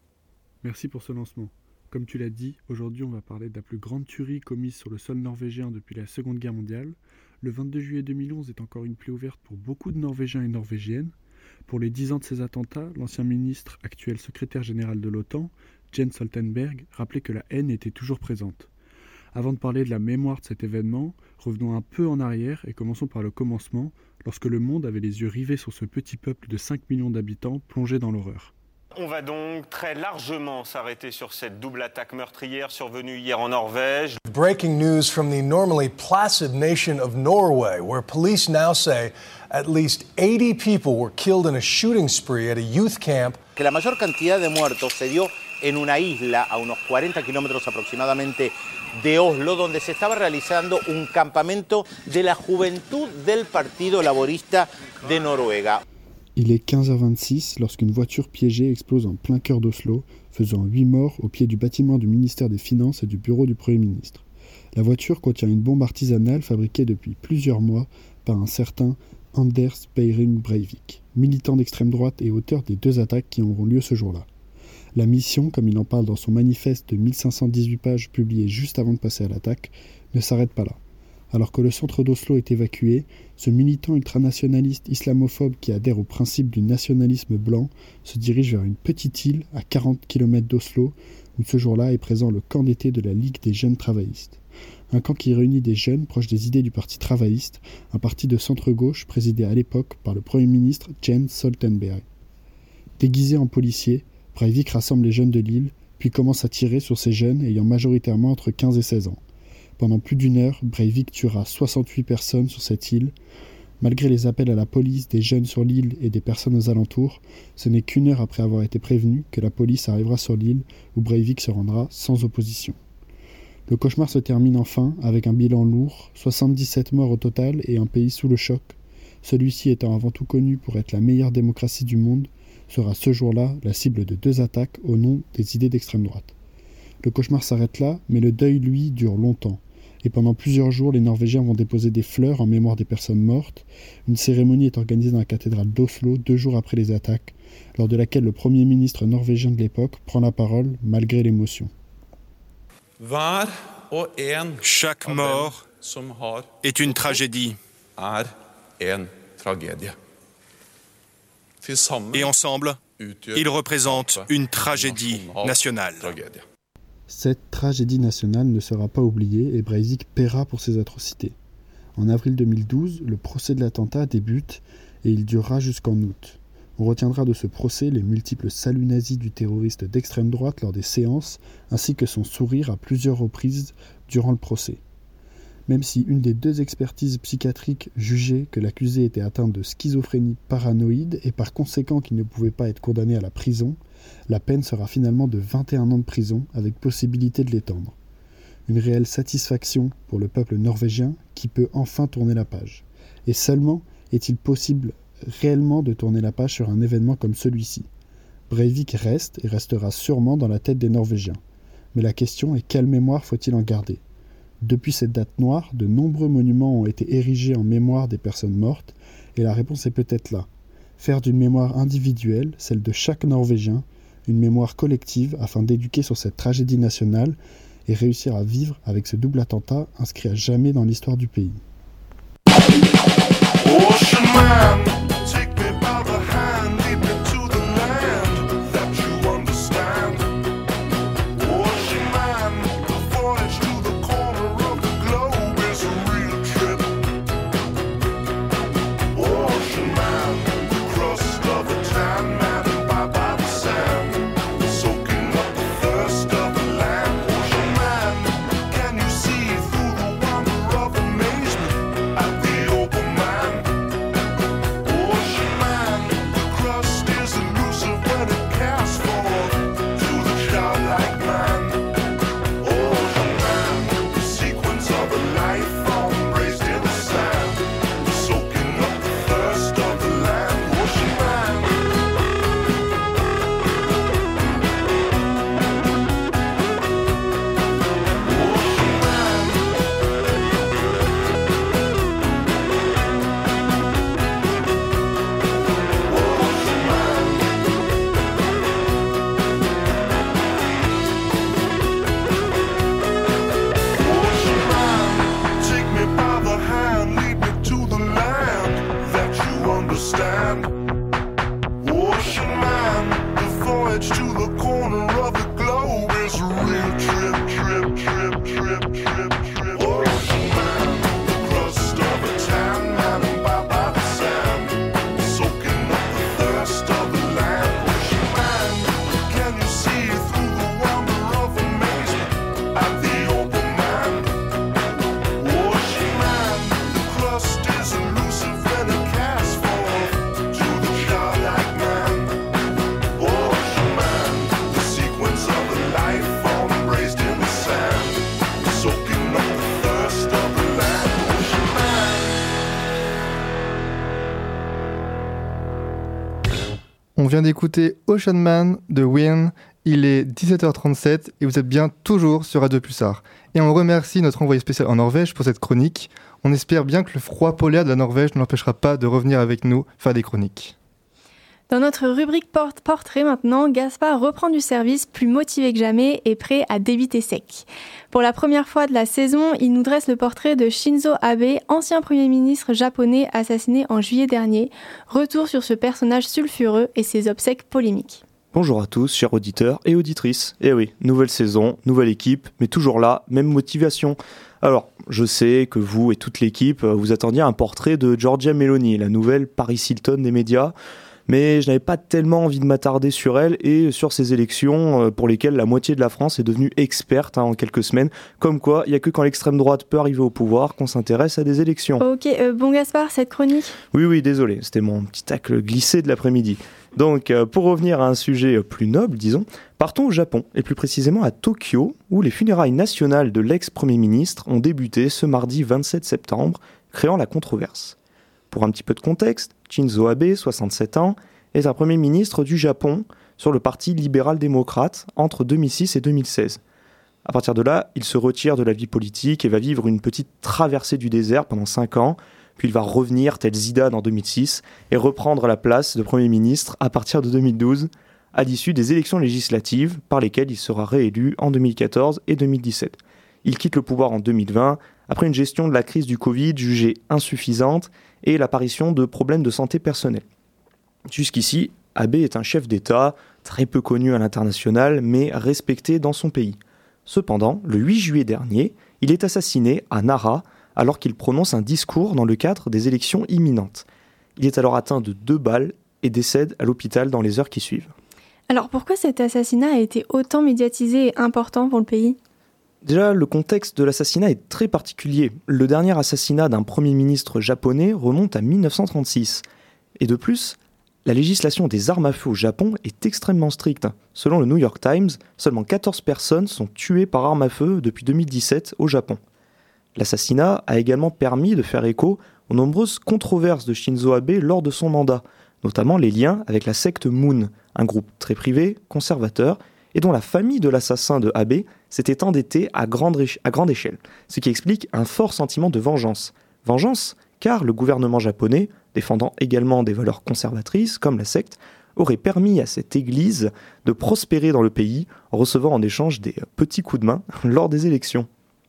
Merci pour ce lancement. Comme tu l'as dit, aujourd'hui on va parler de la plus grande tuerie commise sur le sol norvégien depuis la Seconde Guerre mondiale. Le vingt-deux juillet deux mille onze est encore une plaie ouverte pour beaucoup de Norvégiens et Norvégiennes. Pour les dix ans de ces attentats, l'ancien ministre, actuel secrétaire général de l'OTAN, Jens Stoltenberg, rappelait que la haine était toujours présente. Avant de parler de la mémoire de cet événement, revenons un peu en arrière et commençons par le commencement, lorsque le monde avait les yeux rivés sur ce petit peuple de cinq millions d'habitants plongé dans l'horreur. On va donc très largement s'arrêter sur cette double attaque meurtrière survenue hier en Norvège. Breaking news from the normally placid nation of Norway, where police now say at least eighty people were killed in a shooting spree at a youth camp. Que la mayor cantidad de muertos se dio en una isla a unos cuarenta kilómetros aproximadamente de Oslo, donde se estaba realizando un campamento de la juventud del Partido Laborista de Noruega. Il est quinze heures vingt-six lorsqu'une voiture piégée explose en plein cœur d'Oslo, faisant huit morts au pied du bâtiment du ministère des Finances et du bureau du Premier ministre. La voiture contient une bombe artisanale fabriquée depuis plusieurs mois par un certain Anders Behring Breivik, militant d'extrême droite et auteur des deux attaques qui auront lieu ce jour-là. La mission, comme il en parle dans son manifeste de mille cinq cent dix-huit pages publié juste avant de passer à l'attaque, ne s'arrête pas là. Alors que le centre d'Oslo est évacué, ce militant ultranationaliste islamophobe qui adhère au principe du nationalisme blanc se dirige vers une petite île à quarante kilomètres d'Oslo où ce jour-là est présent le camp d'été de la Ligue des jeunes travaillistes. Un camp qui réunit des jeunes proches des idées du parti travailliste, un parti de centre-gauche présidé à l'époque par le Premier ministre Jens Stoltenberg. Déguisé en policier, Breivik rassemble les jeunes de l'île, puis commence à tirer sur ces jeunes ayant majoritairement entre quinze et seize ans. Pendant plus d'une heure, Breivik tuera soixante-huit personnes sur cette île. Malgré les appels à la police des jeunes sur l'île et des personnes aux alentours, ce n'est qu'une heure après avoir été prévenu que la police arrivera sur l'île où Breivik se rendra sans opposition. Le cauchemar se termine enfin avec un bilan lourd, soixante-dix-sept morts au total et un pays sous le choc. Celui-ci étant avant tout connu pour être la meilleure démocratie du monde, sera ce jour-là la cible de deux attaques au nom des idées d'extrême droite. Le cauchemar s'arrête là, mais le deuil, lui, dure longtemps. Et pendant plusieurs jours, les Norvégiens vont déposer des fleurs en mémoire des personnes mortes. Une cérémonie est organisée dans la cathédrale d'Oslo deux jours après les attaques, lors de laquelle le premier ministre norvégien de l'époque prend la parole malgré l'émotion. Chaque mort est une tragédie. Et ensemble, ils représentent une tragédie nationale. Cette tragédie nationale ne sera pas oubliée et Breivik paiera pour ses atrocités. En avril deux mille douze, le procès de l'attentat débute et il durera jusqu'en août. On retiendra de ce procès les multiples saluts nazis du terroriste d'extrême droite lors des séances, ainsi que son sourire à plusieurs reprises durant le procès. Même si une des deux expertises psychiatriques jugeait que l'accusé était atteint de schizophrénie paranoïde et par conséquent qu'il ne pouvait pas être condamné à la prison, la peine sera finalement de vingt et un ans de prison avec possibilité de l'étendre. Une réelle satisfaction pour le peuple norvégien qui peut enfin tourner la page. Et seulement est-il possible réellement de tourner la page sur un événement comme celui-ci. Breivik reste et restera sûrement dans la tête des Norvégiens. Mais la question est quelle mémoire faut-il en garder ? Depuis cette date noire, de nombreux monuments ont été érigés en mémoire des personnes mortes, et la réponse est peut-être là. Faire d'une mémoire individuelle, celle de chaque Norvégien, une mémoire collective afin d'éduquer sur cette tragédie nationale et réussir à vivre avec ce double attentat inscrit à jamais dans l'histoire du pays. Can you see through the wonder of amazement at the open On vient d'écouter Ocean Man de Win. Il est dix-sept heures trente-sept et vous êtes bien toujours sur Radio Pulsar. Et on remercie notre envoyé spécial en Norvège pour cette chronique. On espère bien que le froid polaire de la Norvège ne l'empêchera pas de revenir avec nous faire des chroniques. Dans notre rubrique port- portrait maintenant, Gaspard reprend du service, plus motivé que jamais et prêt à débiter sec. Pour la première fois de la saison, il nous dresse le portrait de Shinzo Abe, ancien Premier ministre japonais assassiné en juillet dernier. Retour sur ce personnage sulfureux et ses obsèques polémiques. Bonjour à tous, chers auditeurs et auditrices. Eh oui, nouvelle saison, nouvelle équipe, mais toujours là, même motivation. Alors, je sais que vous et toute l'équipe, vous attendiez un portrait de Giorgia Meloni, la nouvelle Paris Hilton des médias. Mais je n'avais pas tellement envie de m'attarder sur elle et sur ces élections pour lesquelles la moitié de la France est devenue experte hein, en quelques semaines. Comme quoi, il n'y a que quand l'extrême droite peut arriver au pouvoir qu'on s'intéresse à des élections. Ok, euh, bon Gaspard, cette chronique ? Oui, oui, désolé, c'était mon petit tacle glissé de l'après-midi. Donc, euh, pour revenir à un sujet plus noble, disons, partons au Japon, et plus précisément à Tokyo, où les funérailles nationales de l'ex-premier ministre ont débuté ce mardi vingt-sept septembre, créant la controverse. Pour un petit peu de contexte, Shinzo Abe, soixante-sept ans, est un premier ministre du Japon sur le parti libéral-démocrate entre deux mille six et deux mille seize. À partir de là, il se retire de la vie politique et va vivre une petite traversée du désert pendant cinq ans, puis il va revenir tel Zidane en deux mille six et reprendre la place de Premier ministre à partir de deux mille douze, à l'issue des élections législatives par lesquelles il sera réélu en deux mille quatorze et deux mille dix-sept. Il quitte le pouvoir en deux mille vingt après une gestion de la crise du Covid jugée insuffisante et l'apparition de problèmes de santé personnelle. Jusqu'ici, Abe est un chef d'État, très peu connu à l'international, mais respecté dans son pays. Cependant, le huit juillet dernier, il est assassiné à Nara, alors qu'il prononce un discours dans le cadre des élections imminentes. Il est alors atteint de deux balles et décède à l'hôpital dans les heures qui suivent. Alors pourquoi cet assassinat a été autant médiatisé et important pour le pays ? Déjà, le contexte de l'assassinat est très particulier. Le dernier assassinat d'un premier ministre japonais remonte à mille neuf cent trente-six. Et de plus, la législation des armes à feu au Japon est extrêmement stricte. Selon le New York Times, seulement quatorze personnes sont tuées par arme à feu depuis deux mille dix-sept au Japon. L'assassinat a également permis de faire écho aux nombreuses controverses de Shinzo Abe lors de son mandat, notamment les liens avec la secte Moon, un groupe très privé, conservateur, et dont la famille de l'assassin de Abe s'était endettée à grande, ré- à grande échelle, ce qui explique un fort sentiment de vengeance. Vengeance car le gouvernement japonais, défendant également des valeurs conservatrices comme la secte, aurait permis à cette église de prospérer dans le pays en recevant en échange des petits coups de main lors des élections.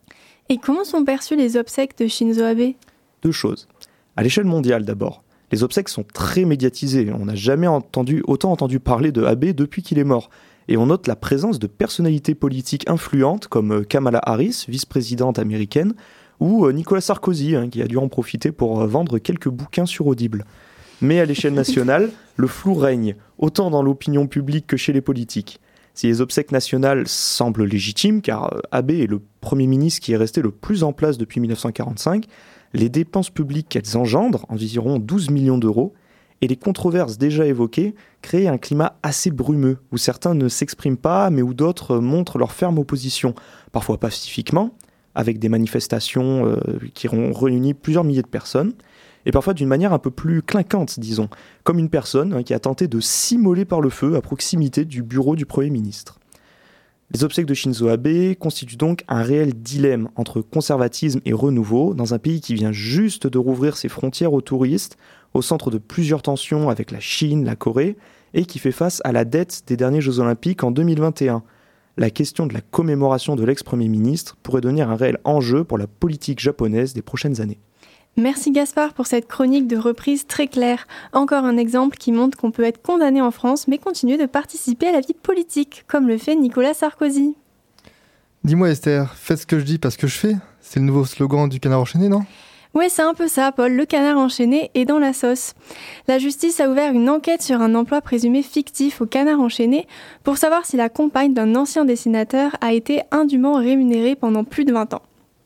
Et comment sont perçues les obsèques de Shinzo Abe ? Deux choses. À l'échelle mondiale d'abord, les obsèques sont très médiatisées. On n'a jamais entendu, autant entendu parler de Abe depuis qu'il est mort. Et on note la présence de personnalités politiques influentes comme Kamala Harris, vice-présidente américaine, ou Nicolas Sarkozy, hein, qui a dû en profiter pour vendre quelques bouquins sur Audible. Mais à l'échelle nationale, le flou règne, autant dans l'opinion publique que chez les politiques. Si les obsèques nationales semblent légitimes, car Abe est le premier ministre qui est resté le plus en place depuis mille neuf cent quarante-cinq, les dépenses publiques qu'elles engendrent, environ douze millions d'euros, et les controverses déjà évoquées créent un climat assez brumeux, où certains ne s'expriment pas, mais où d'autres montrent leur ferme opposition, parfois pacifiquement, avec des manifestations euh, qui ont réuni plusieurs milliers de personnes, et parfois d'une manière un peu plus clinquante, disons, comme une personne hein, qui a tenté de s'immoler par le feu à proximité du bureau du Premier ministre. Les obsèques de Shinzo Abe constituent donc un réel dilemme entre conservatisme et renouveau dans un pays qui vient juste de rouvrir ses frontières aux touristes, au centre de plusieurs tensions avec la Chine, la Corée, et qui fait face à la dette des derniers Jeux Olympiques en deux mille vingt et un. La question de la commémoration de l'ex-premier ministre pourrait devenir un réel enjeu pour la politique japonaise des prochaines années. Merci Gaspard pour cette chronique de reprise très claire. Encore un exemple qui montre qu'on peut être condamné en France mais continuer de participer à la vie politique, comme le fait Nicolas Sarkozy. Dis-moi Esther, fais ce que je dis parce que je fais. C'est le nouveau slogan du Canard enchaîné, non ? Ouais, c'est un peu ça, Paul. Le canard enchaîné est dans la sauce. La justice a ouvert une enquête sur un emploi présumé fictif au canard enchaîné pour savoir si la compagne d'un ancien dessinateur a été indûment rémunérée pendant plus de vingt ans.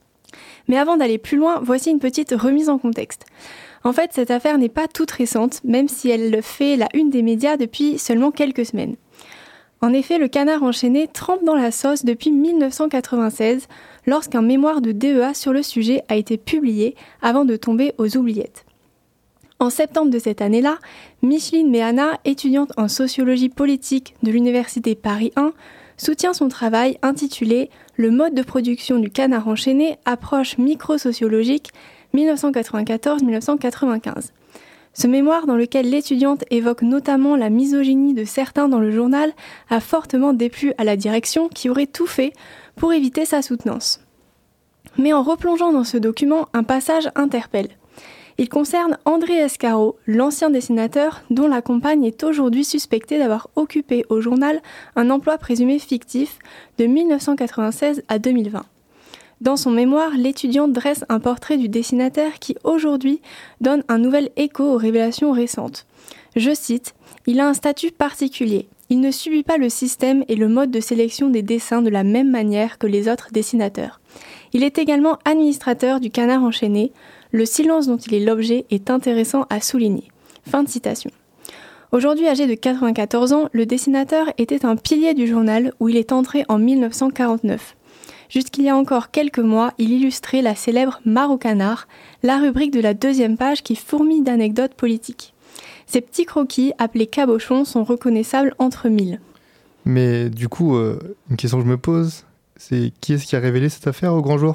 Mais avant d'aller plus loin, voici une petite remise en contexte. En fait, cette affaire n'est pas toute récente, même si elle fait la une des médias depuis seulement quelques semaines. En effet, le canard enchaîné trempe dans la sauce depuis mille neuf cent quatre-vingt-seize, lorsqu'un mémoire de D E A sur le sujet a été publié avant de tomber aux oubliettes. En septembre de cette année-là, Micheline Méhana, étudiante en sociologie politique de l'Université Paris un, soutient son travail intitulé « Le mode de production du canard enchaîné, approche microsociologique dix-neuf cent quatre-vingt-quatorze à dix-neuf cent quatre-vingt-quinze ». Ce mémoire, dans lequel l'étudiante évoque notamment la misogynie de certains dans le journal, a fortement déplu à la direction qui aurait tout fait pour éviter sa soutenance. Mais en replongeant dans ce document, un passage interpelle. Il concerne André Escarot, l'ancien dessinateur dont la compagne est aujourd'hui suspectée d'avoir occupé au journal un emploi présumé fictif de dix-neuf cent quatre-vingt-seize à deux mille vingt. Dans son mémoire, l'étudiante dresse un portrait du dessinateur qui aujourd'hui donne un nouvel écho aux révélations récentes. Je cite, « Il a un statut particulier. Il ne subit pas le système et le mode de sélection des dessins de la même manière que les autres dessinateurs. Il est également administrateur du Canard enchaîné. Le silence dont il est l'objet est intéressant à souligner. » Fin de citation. Aujourd'hui âgé de quatre-vingt-quatorze ans, le dessinateur était un pilier du journal où il est entré en dix-neuf cent quarante-neuf. Jusqu'il y a encore quelques mois, il illustrait la célèbre Mare au canard, la rubrique de la deuxième page qui fourmille d'anecdotes politiques. Ces petits croquis, appelés cabochons, sont reconnaissables entre mille. Mais du coup, euh, une question que je me pose, c'est qui est-ce qui a révélé cette affaire au grand jour ?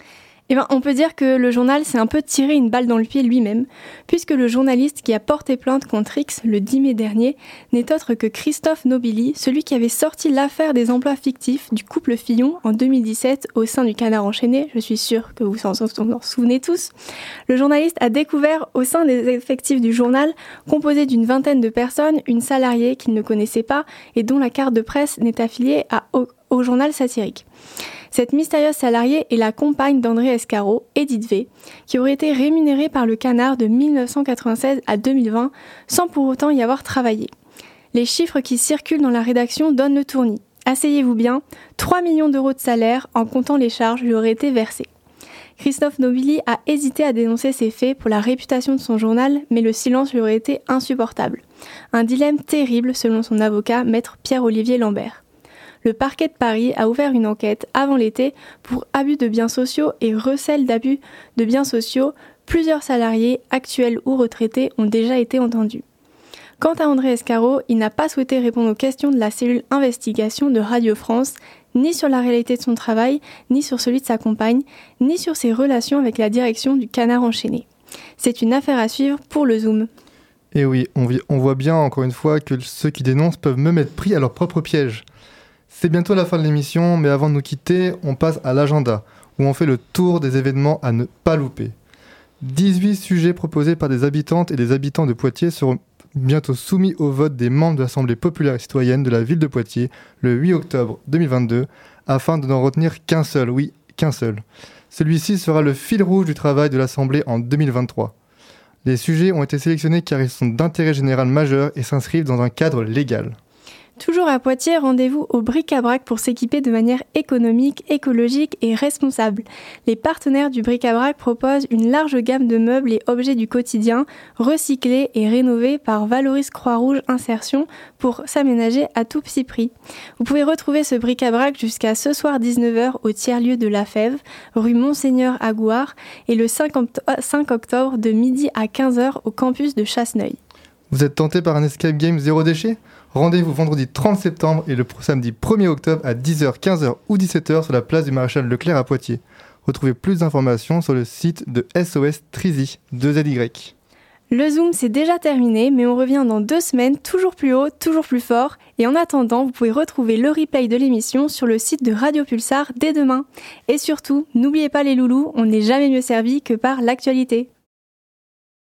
Eh ben, on peut dire que le journal s'est un peu tiré une balle dans le pied lui-même, puisque le journaliste qui a porté plainte contre X le dix mai dernier n'est autre que Christophe Nobili, celui qui avait sorti l'affaire des emplois fictifs du couple Fillon en deux mille dix-sept au sein du Canard enchaîné. Je suis sûre que vous vous en souvenez tous. Le journaliste a découvert au sein des effectifs du journal, composé d'une vingtaine de personnes, une salariée qu'il ne connaissait pas et dont la carte de presse n'est affiliée à, au, au journal satirique. Cette mystérieuse salariée est la compagne d'André Escarot, Edith V, qui aurait été rémunérée par le Canard de dix-neuf cent quatre-vingt-seize à deux mille vingt, sans pour autant y avoir travaillé. Les chiffres qui circulent dans la rédaction donnent le tournis. Asseyez-vous bien, trois millions d'euros de salaire, en comptant les charges, lui auraient été versés. Christophe Nobili a hésité à dénoncer ces faits pour la réputation de son journal, mais le silence lui aurait été insupportable. Un dilemme terrible selon son avocat, maître Pierre-Olivier Lambert. Le parquet de Paris a ouvert une enquête avant l'été pour abus de biens sociaux et recel d'abus de biens sociaux. Plusieurs salariés, actuels ou retraités, ont déjà été entendus. Quant à André Escarot, il n'a pas souhaité répondre aux questions de la cellule investigation de Radio France, ni sur la réalité de son travail, ni sur celui de sa compagne, ni sur ses relations avec la direction du Canard enchaîné. C'est une affaire à suivre pour le Zoom. Et oui, on, vi- on voit bien encore une fois que ceux qui dénoncent peuvent même être pris à leur propre piège. C'est bientôt la fin de l'émission, mais avant de nous quitter, on passe à l'agenda, où on fait le tour des événements à ne pas louper. dix-huit sujets proposés par des habitantes et des habitants de Poitiers seront bientôt soumis au vote des membres de l'Assemblée populaire et citoyenne de la ville de Poitiers le huit octobre deux mille vingt-deux, afin de n'en retenir qu'un seul, oui, qu'un seul. Celui-ci sera le fil rouge du travail de l'Assemblée en deux mille vingt-trois. Les sujets ont été sélectionnés car ils sont d'intérêt général majeur et s'inscrivent dans un cadre légal. Toujours à Poitiers, rendez-vous au bric-à-brac pour s'équiper de manière économique, écologique et responsable. Les partenaires du bric-à-brac proposent une large gamme de meubles et objets du quotidien, recyclés et rénovés par Valoris Croix-Rouge Insertion pour s'aménager à tout petit prix. Vous pouvez retrouver ce bric-à-brac jusqu'à ce soir dix-neuf heures au tiers-lieu de La Fève, rue Monseigneur à Gouard, et le cinq octobre de midi à quinze heures au campus de Chasseneuil. Vous êtes tenté par un escape game zéro déchet ? Rendez-vous vendredi trente septembre et le samedi premier octobre à dix heures, quinze heures ou dix-sept heures sur la place du Maréchal Leclerc à Poitiers. Retrouvez plus d'informations sur le site de S O S Trizy, deux Z Y. Le Zoom, c'est déjà terminé, mais on revient dans deux semaines, toujours plus haut, toujours plus fort. Et en attendant, vous pouvez retrouver le replay de l'émission sur le site de Radio Pulsar dès demain. Et surtout, n'oubliez pas les loulous, on n'est jamais mieux servi que par l'actualité.